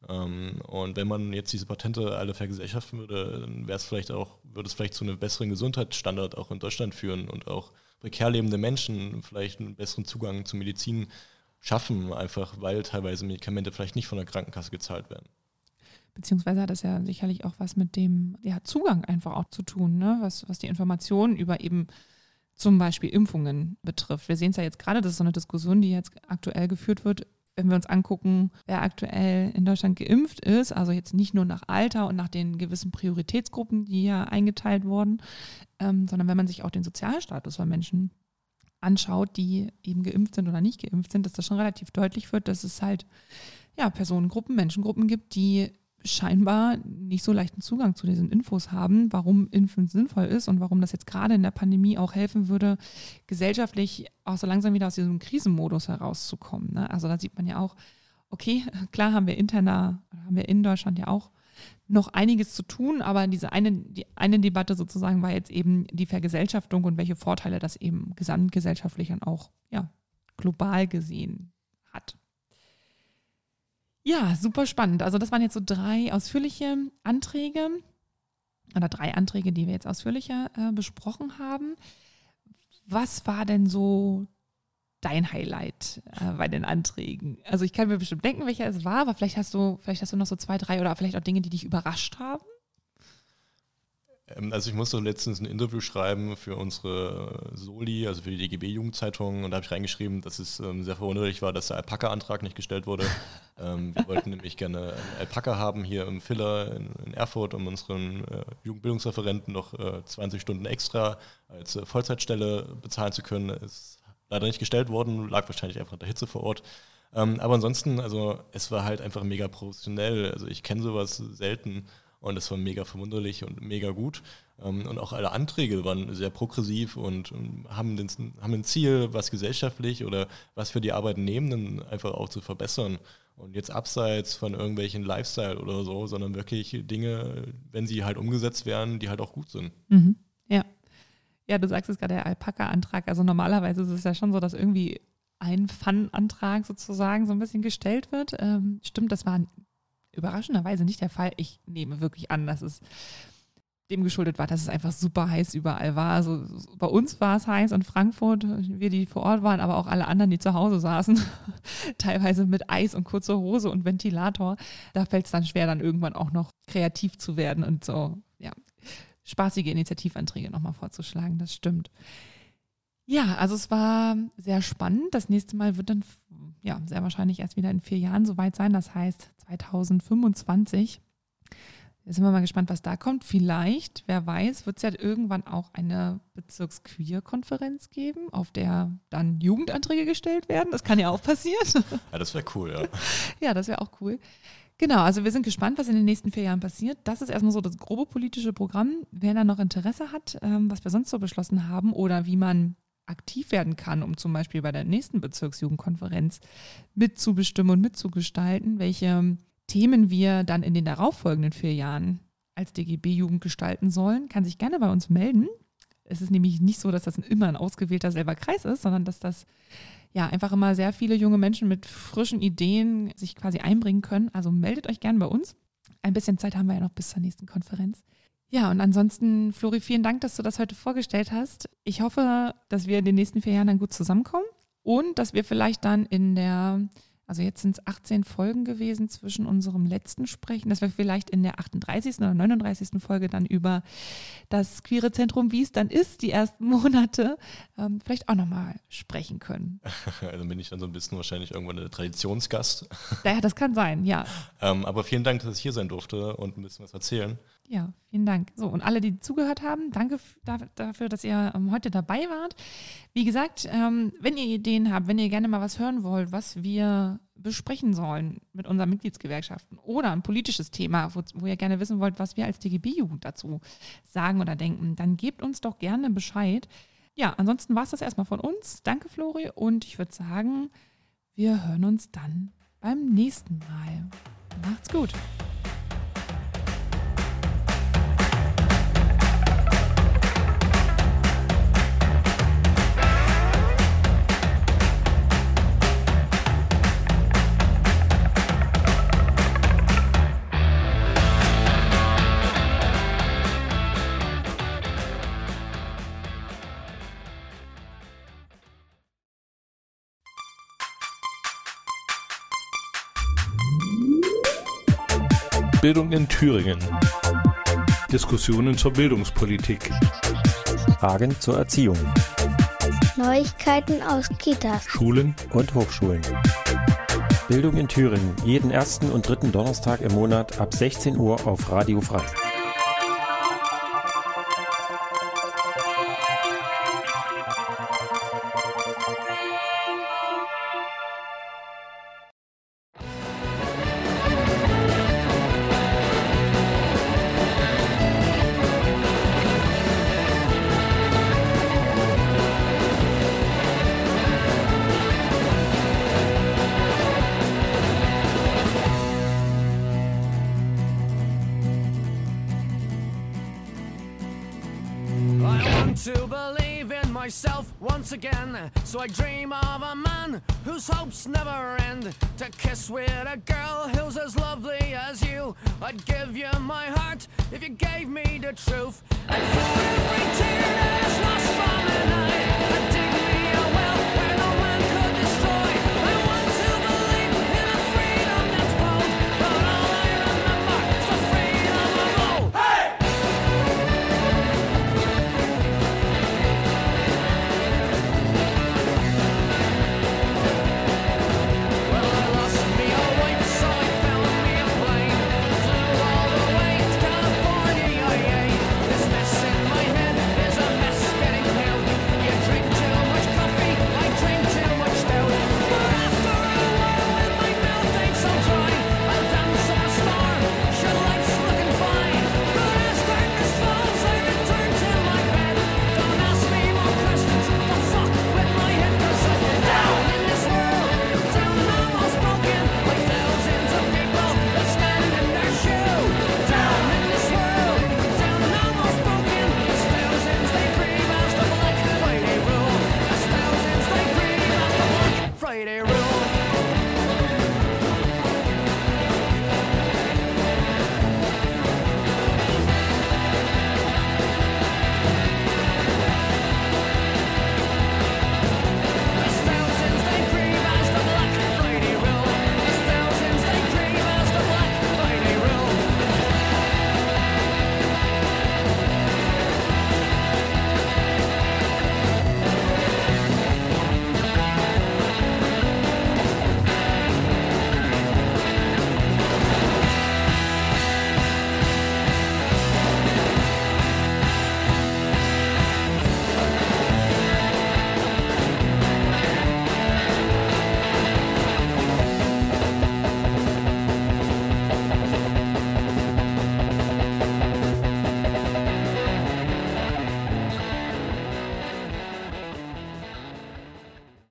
Und wenn man jetzt diese Patente alle vergesellschaften würde, dann würde es vielleicht zu einem besseren Gesundheitsstandard auch in Deutschland führen und auch prekär lebende Menschen vielleicht einen besseren Zugang zu Medizin schaffen, einfach weil teilweise Medikamente vielleicht nicht von der Krankenkasse gezahlt werden. Beziehungsweise hat das ja sicherlich auch was mit dem Zugang einfach auch zu tun, ne? Was die Informationen über eben zum Beispiel Impfungen betrifft. Wir sehen es ja jetzt gerade, das ist so eine Diskussion, die jetzt aktuell geführt wird, wenn wir uns angucken, wer aktuell in Deutschland geimpft ist, also jetzt nicht nur nach Alter und nach den gewissen Prioritätsgruppen, die ja eingeteilt wurden, sondern wenn man sich auch den Sozialstatus von Menschen anschaut, die eben geimpft sind oder nicht geimpft sind, dass das schon relativ deutlich wird, dass es halt Personengruppen, Menschengruppen gibt, die scheinbar nicht so leichten Zugang zu diesen Infos haben, warum Impfen sinnvoll ist und warum das jetzt gerade in der Pandemie auch helfen würde, gesellschaftlich auch so langsam wieder aus diesem Krisenmodus herauszukommen. Ne? Also da sieht man ja auch, okay, klar haben wir in Deutschland ja auch noch einiges zu tun, aber die eine Debatte sozusagen war jetzt eben die Vergesellschaftung und welche Vorteile das eben gesamtgesellschaftlich dann auch global gesehen hat. Ja, super spannend. Also das waren jetzt so 3 ausführliche Anträge oder 3 Anträge, die wir jetzt ausführlicher besprochen haben. Was war denn so dein Highlight bei den Anträgen? Also ich kann mir bestimmt denken, welcher es war, aber vielleicht hast du noch so 2, 3 oder vielleicht auch Dinge, die dich überrascht haben. Also ich musste letztens ein Interview schreiben für unsere Soli, also für die DGB-Jugendzeitung, und da habe ich reingeschrieben, dass es sehr verwunderlich war, dass der Alpaka-Antrag nicht gestellt wurde. Wir wollten nämlich gerne einen Alpaka haben hier im Filler in Erfurt, um unseren Jugendbildungsreferenten noch 20 Stunden extra als Vollzeitstelle bezahlen zu können. Ist leider nicht gestellt worden, lag wahrscheinlich einfach an der Hitze vor Ort. Aber ansonsten, also es war halt einfach mega professionell. Also ich kenne sowas selten. Und das war mega verwunderlich und mega gut. Und auch alle Anträge waren sehr progressiv und haben ein Ziel, was gesellschaftlich oder was für die Arbeitnehmenden einfach auch zu verbessern. Und jetzt abseits von irgendwelchen Lifestyle oder so, sondern wirklich Dinge, wenn sie halt umgesetzt werden, die halt auch gut sind. Mhm. Ja, du sagst es gerade, der Alpaka-Antrag. Also normalerweise ist es ja schon so, dass irgendwie ein Fun-Antrag sozusagen so ein bisschen gestellt wird. Stimmt, das war überraschenderweise nicht der Fall. Ich nehme wirklich an, dass es dem geschuldet war, dass es einfach super heiß überall war. Also bei uns war es heiß in Frankfurt, wir, die vor Ort waren, aber auch alle anderen, die zu Hause saßen, teilweise mit Eis und kurzer Hose und Ventilator. Da fällt es dann schwer, dann irgendwann auch noch kreativ zu werden und so, ja, spaßige Initiativanträge nochmal vorzuschlagen. Das stimmt. Ja, also es war sehr spannend. Das nächste Mal wird dann sehr wahrscheinlich erst wieder in 4 Jahren soweit sein. Das heißt 2025. Da sind wir mal gespannt, was da kommt. Vielleicht, wer weiß, wird es ja irgendwann auch eine Bezirksqueer-Konferenz geben, auf der dann Jugendanträge gestellt werden. Das kann ja auch passieren. Ja, das wäre cool, ja. Ja, das wäre auch cool. Genau, also wir sind gespannt, was in den nächsten 4 Jahren passiert. Das ist erstmal so das grobe politische Programm. Wer da noch Interesse hat, was wir sonst so beschlossen haben oder wie man aktiv werden kann, um zum Beispiel bei der nächsten Bezirksjugendkonferenz mitzubestimmen und mitzugestalten, welche Themen wir dann in den darauffolgenden 4 Jahren als DGB-Jugend gestalten sollen, kann sich gerne bei uns melden. Es ist nämlich nicht so, dass das immer ein ausgewählter selber Kreis ist, sondern dass das einfach immer sehr viele junge Menschen mit frischen Ideen sich quasi einbringen können. Also meldet euch gerne bei uns. Ein bisschen Zeit haben wir ja noch bis zur nächsten Konferenz. Ja, und ansonsten, Flori, vielen Dank, dass du das heute vorgestellt hast. Ich hoffe, dass wir in den nächsten 4 Jahren dann gut zusammenkommen und dass wir vielleicht dann also jetzt sind es 18 Folgen gewesen zwischen unserem letzten Sprechen, dass wir vielleicht in der 38. oder 39. Folge dann über das Queere Zentrum, wie es dann ist, die ersten Monate, vielleicht auch nochmal sprechen können. Also bin ich dann so ein bisschen wahrscheinlich irgendwann der Traditionsgast. Ja, das kann sein, ja. Aber vielen Dank, dass ich hier sein durfte und ein bisschen was erzählen. Ja, vielen Dank. So, und alle, die zugehört haben, danke dafür, dass ihr heute dabei wart. Wie gesagt, wenn ihr Ideen habt, wenn ihr gerne mal was hören wollt, was wir besprechen sollen mit unseren Mitgliedsgewerkschaften oder ein politisches Thema, wo ihr gerne wissen wollt, was wir als DGB-Jugend dazu sagen oder denken, dann gebt uns doch gerne Bescheid. Ja, ansonsten war es das erstmal von uns. Danke, Flori. Und ich würde sagen, wir hören uns dann beim nächsten Mal. Macht's gut. Bildung in Thüringen. Diskussionen zur Bildungspolitik. Fragen zur Erziehung. Neuigkeiten aus Kitas, Schulen Und Hochschulen. Bildung in Thüringen. Jeden 1. und 3. Donnerstag im Monat ab 16 Uhr auf Radio Frei. To believe in myself once again, so I dream of a man whose hopes never end. To kiss with a girl who's as lovely as you. I'd give you my heart if you gave me the truth. And for every tear that is lost from an eye, I'd dig me a well where no man could lady.